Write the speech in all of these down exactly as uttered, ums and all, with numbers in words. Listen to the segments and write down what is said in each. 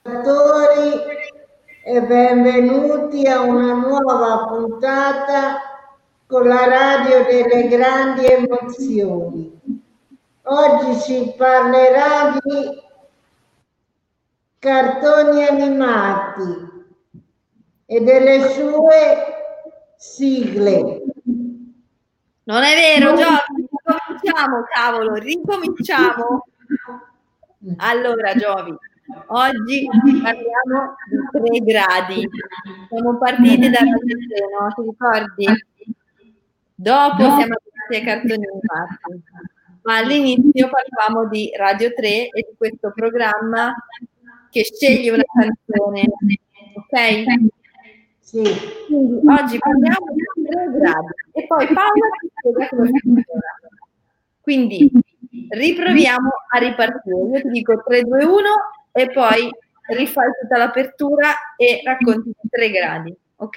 ascoltatori e benvenuti a una nuova puntata con la radio delle grandi emozioni. Oggi si parlerà di cartoni animati e delle sue sigle. Non è vero, Giovi, ricominciamo, cavolo, ricominciamo. Allora, Giovi, oggi parliamo di tre gradi. Siamo partiti da Radio tre, no? Ti ricordi? Dopo siamo arrivati ai cartoni animati. Ma all'inizio parlavamo di Radio tre e di questo programma che sceglie una canzone, ok? Sì. Quindi oggi parliamo di tre gradi e poi Paola ti spiega come funziona. Quindi riproviamo a ripartire. Io ti dico tre, due, uno e poi rifai tutta l'apertura e racconti i tre gradi, ok?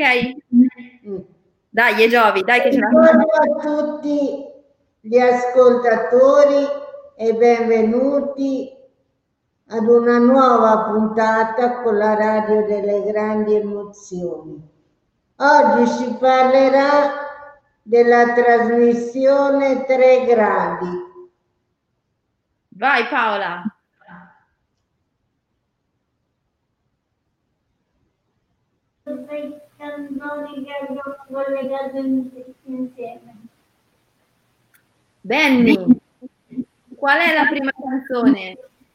Dai, Giovi, dai che ce la fai. Buongiorno a tutti gli ascoltatori e benvenuti ad una nuova puntata con la radio delle grandi emozioni. Oggi si parlerà della trasmissione Tre Gradi. Vai Paola. Tre canzoni che abbiamo collegato insieme. Benny, qual è la prima canzone?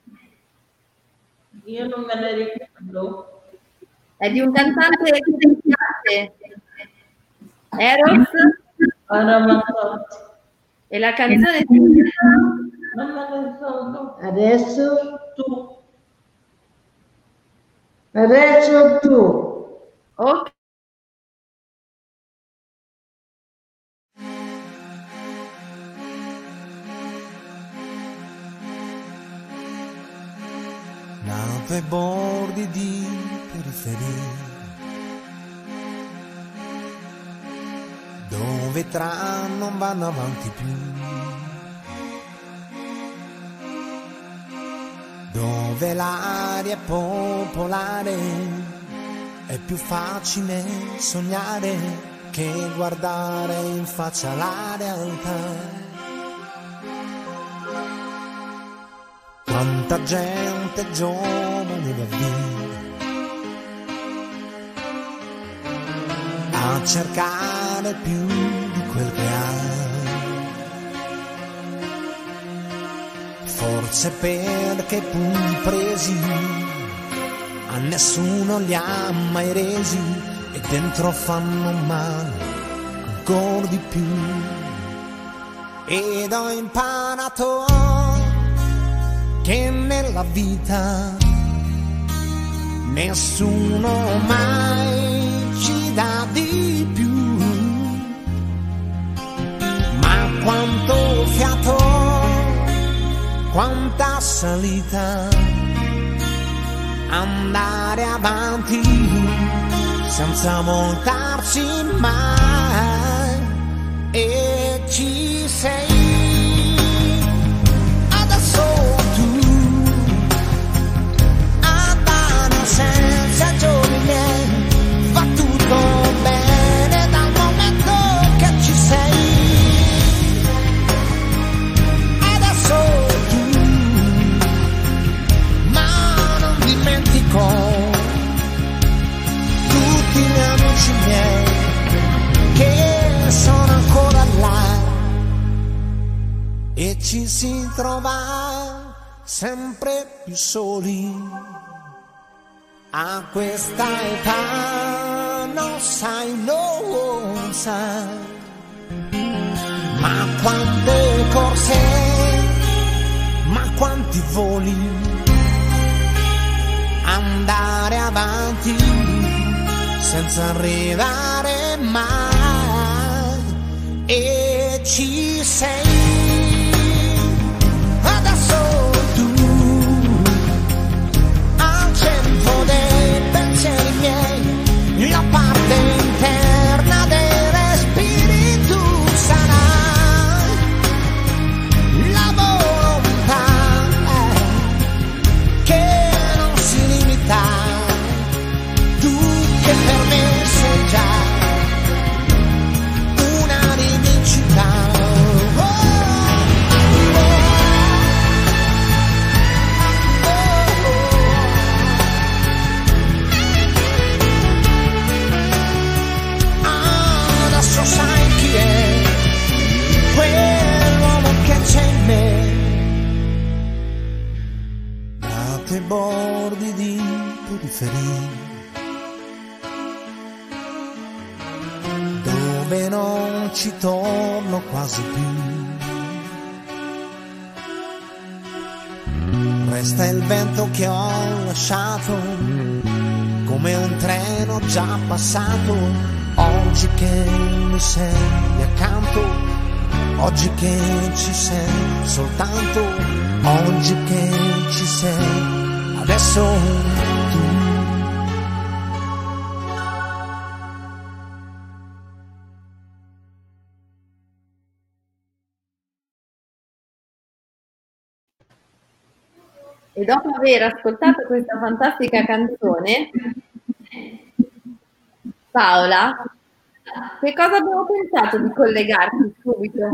Io non me la ricordo. È di un cantante che ti piace. Eros? Ramazzotti. E la canzone si chiama? Non me la ricordo. Adesso Tu. Adesso tu. Ok. Nato ai bordi di periferia, dove i tram non vanno avanti più, dove l'aria è popolare, è più facile sognare che guardare in faccia la realtà. Quanta gente giovane va via a cercare più di quel che ha, forse perché pur presi a nessuno li ha mai resi e dentro fanno male ancora di più. Ed ho imparato che nella vita nessuno mai ci dà di più, ma quanto fiato, quanta salita, andare avanti senza voltarci mai. E ci sei senza giorni miei, va tutto bene dal momento che ci sei. Adesso tu, ma non dimentico tutti gli amici miei che sono ancora là, e ci si trova sempre più soli. A questa età non sai, non sai, ma quante corse, ma quanti voli, andare avanti senza arrivare mai. E ci sei adesso tu, al centro dei pensieri miei, la parte interna dei respiri tu sarai, la volontà che non si limita ferì, dove non ci torno quasi più. Resta il vento che ho lasciato, come un treno già passato. Oggi che mi sei accanto, oggi che ci sei soltanto, oggi che ci sei adesso tu. E dopo aver ascoltato questa fantastica canzone, Paola, che cosa abbiamo pensato di collegarti subito?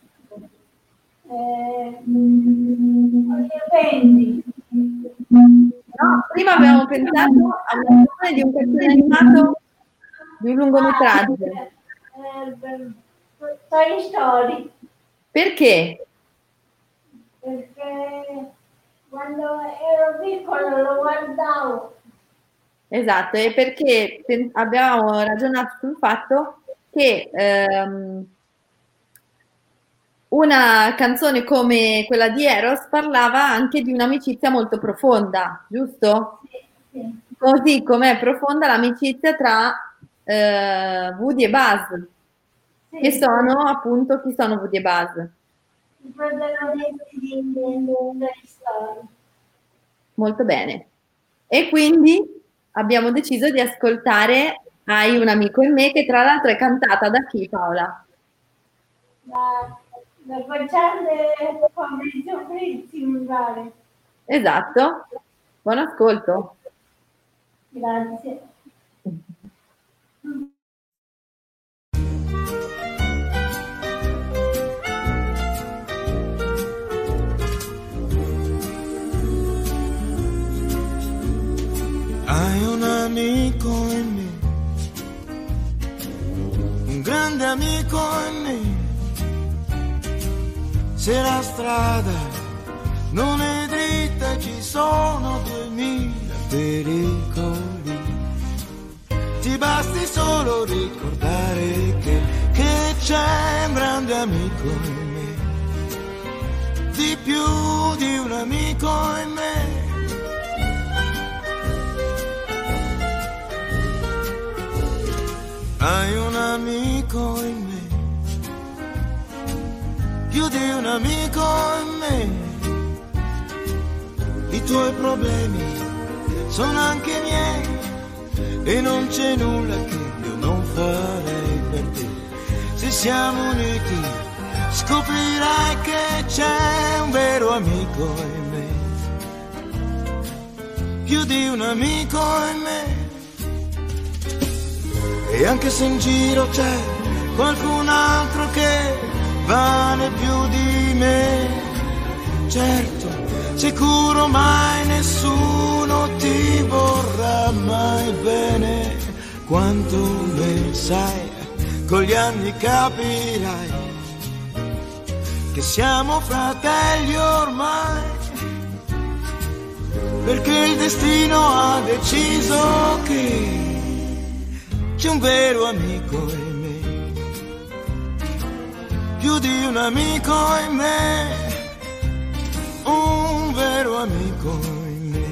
Eh, che pensi? No, prima abbiamo pensato a una canzone di un cartone animato di un lungometraggio. Eh, per- per Toy Story, Perché? perché quando ero piccolo lo guardavo. Esatto, e perché pen- abbiamo ragionato sul fatto che ehm, una canzone come quella di Eros parlava anche di un'amicizia molto profonda, giusto? Sì, sì. Così com'è profonda l'amicizia tra eh, Woody e Buzz, Sì, che sono appunto, chi sono Woody e Buzz? i protagonisti di Toy Story. Molto bene. E quindi abbiamo deciso di ascoltare Hai un amico in me, che tra l'altro è cantata da chi, Paola? La, la facciante Fabrizio Frizzi, mi pare. Esatto. Buon ascolto. Grazie. Hai un amico in me, un grande amico in me. Se la strada non è dritta ci sono duemila pericoli. Ti basti solo ricordare che, che c'è un grande amico in me, di più di un amico in me. Hai un amico in me, più di un amico in me. I tuoi problemi sono anche miei e non c'è nulla che io non farei per te. Se siamo uniti scoprirai che c'è un vero amico in me, più di un amico in me. E anche se in giro c'è qualcun altro che vale più di me, certo, sicuro mai nessuno ti vorrà mai bene. Quanto ne sai, con gli anni capirai che siamo fratelli ormai, perché il destino ha deciso che c'è un vero amico in me, più di un amico in me, un vero amico in me.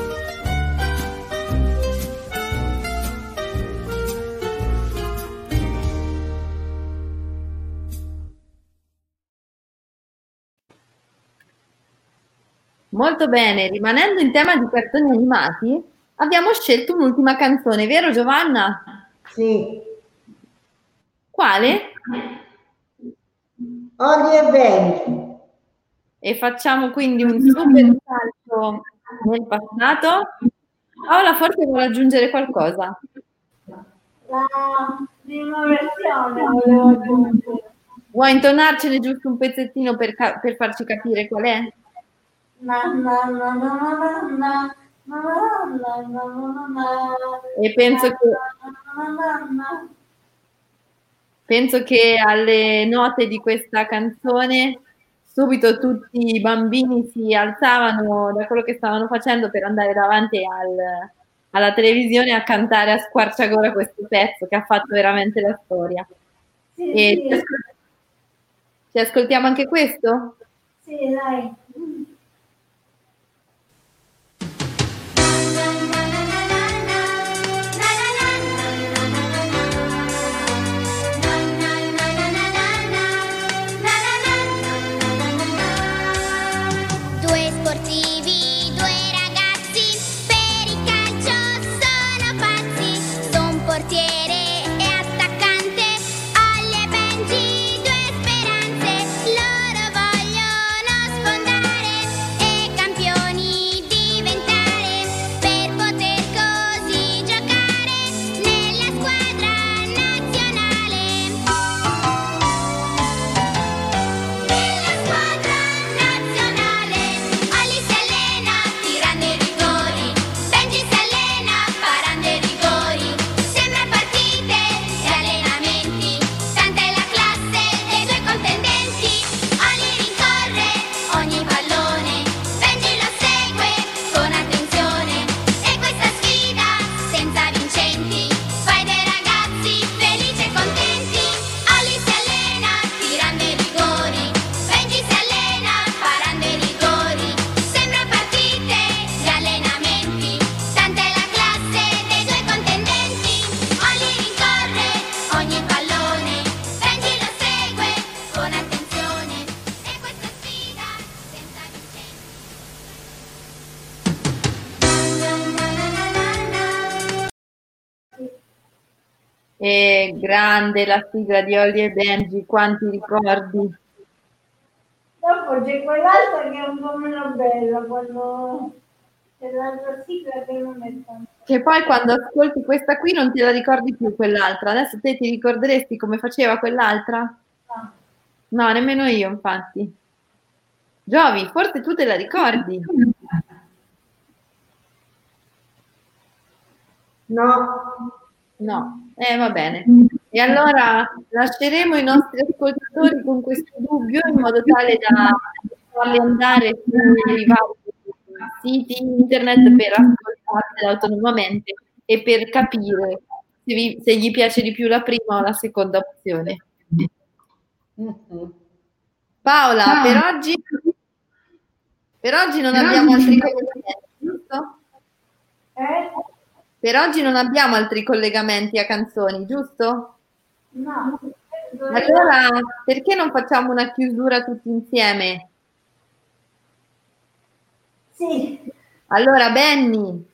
Molto bene, rimanendo in tema di cartoni animati, abbiamo scelto un'ultima canzone, vero Giovanna? Sì. Quale? Olli e venti. E facciamo quindi un super salto nel passato. Paola forse vuole aggiungere qualcosa. La prima versione volevo aggiungere. Vuoi intonarcene giusto un pezzettino per, ca- per farci capire qual è? Na, na, na, na, na, na, na, na, na, na, na. E penso che, Na, na, na. penso che alle note di questa canzone subito tutti i bambini si alzavano da quello che stavano facendo per andare davanti al, alla televisione a cantare a squarciagola questo pezzo che ha fatto veramente la storia. Sì, E sì, ci ascol- ci ascoltiamo anche questo? sì, dai. Due sportivi, due ragazzi, per il calcio sono pazzi. Son portiere e attaccante, Ollie e Benji, due speranze. Loro vogliono sfondare e campioni diventare, per poter così giocare nella squadra nazionale. Nella squadra nazionale, Ollie si allena tirando i rigori, Benji si allena parando i rigori. Sembra partite e allenamenti, tanta è la classe dei suoi contendenti. Ollie rincorre ogni pallone, Benji lo segue con attenzione. E questa sfida senza vincenti fa dei ragazzi felici e contenti. Ollie si allena tirando i rigori, Benji si allena parando i rigori. Sembra partite e allenamenti, tanta è la classe dei suoi contendenti. Ollie rincorre ogni pallone, Benji lo segue con attenzione. E questa sfida senza vincenti. E grande la sigla di Ollie e Benji, quanti ricordi. Dopo c'è quell'altra che è un po' meno bella, quando c'è l'altra sigla che non è tanto. Che poi quando ascolti questa qui non te la ricordi più quell'altra. Adesso te ti ricorderesti come faceva quell'altra? Ah, No, nemmeno io, infatti. Giovi, forse tu te la ricordi. No. No, eh, va bene. E allora lasceremo i nostri ascoltatori con questo dubbio in modo tale da farli andare sui vari siti internet per ascoltarsela autonomamente e per capire se, vi- se gli piace di più la prima o la seconda opzione. Mhm. Paola, per oggi, per oggi non abbiamo altri collegamenti, giusto? eh? Per oggi non abbiamo altri collegamenti a canzoni, giusto? No. Allora, perché non facciamo una chiusura tutti insieme? Sì. Allora, Benny,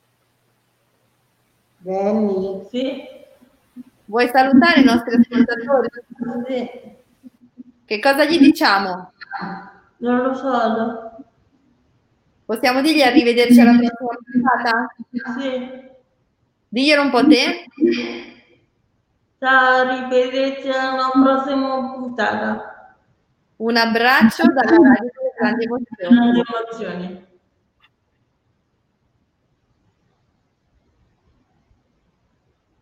Benny. Sì, vuoi salutare i nostri ascoltatori? sì, Che cosa gli diciamo? non lo so. Possiamo dirgli arrivederci alla prossima puntata? Sì, Diglielo un po' te. ciao, arrivederci alla prossima puntata. Un abbraccio dalla radio delle grandi emozioni. Grandi emozioni.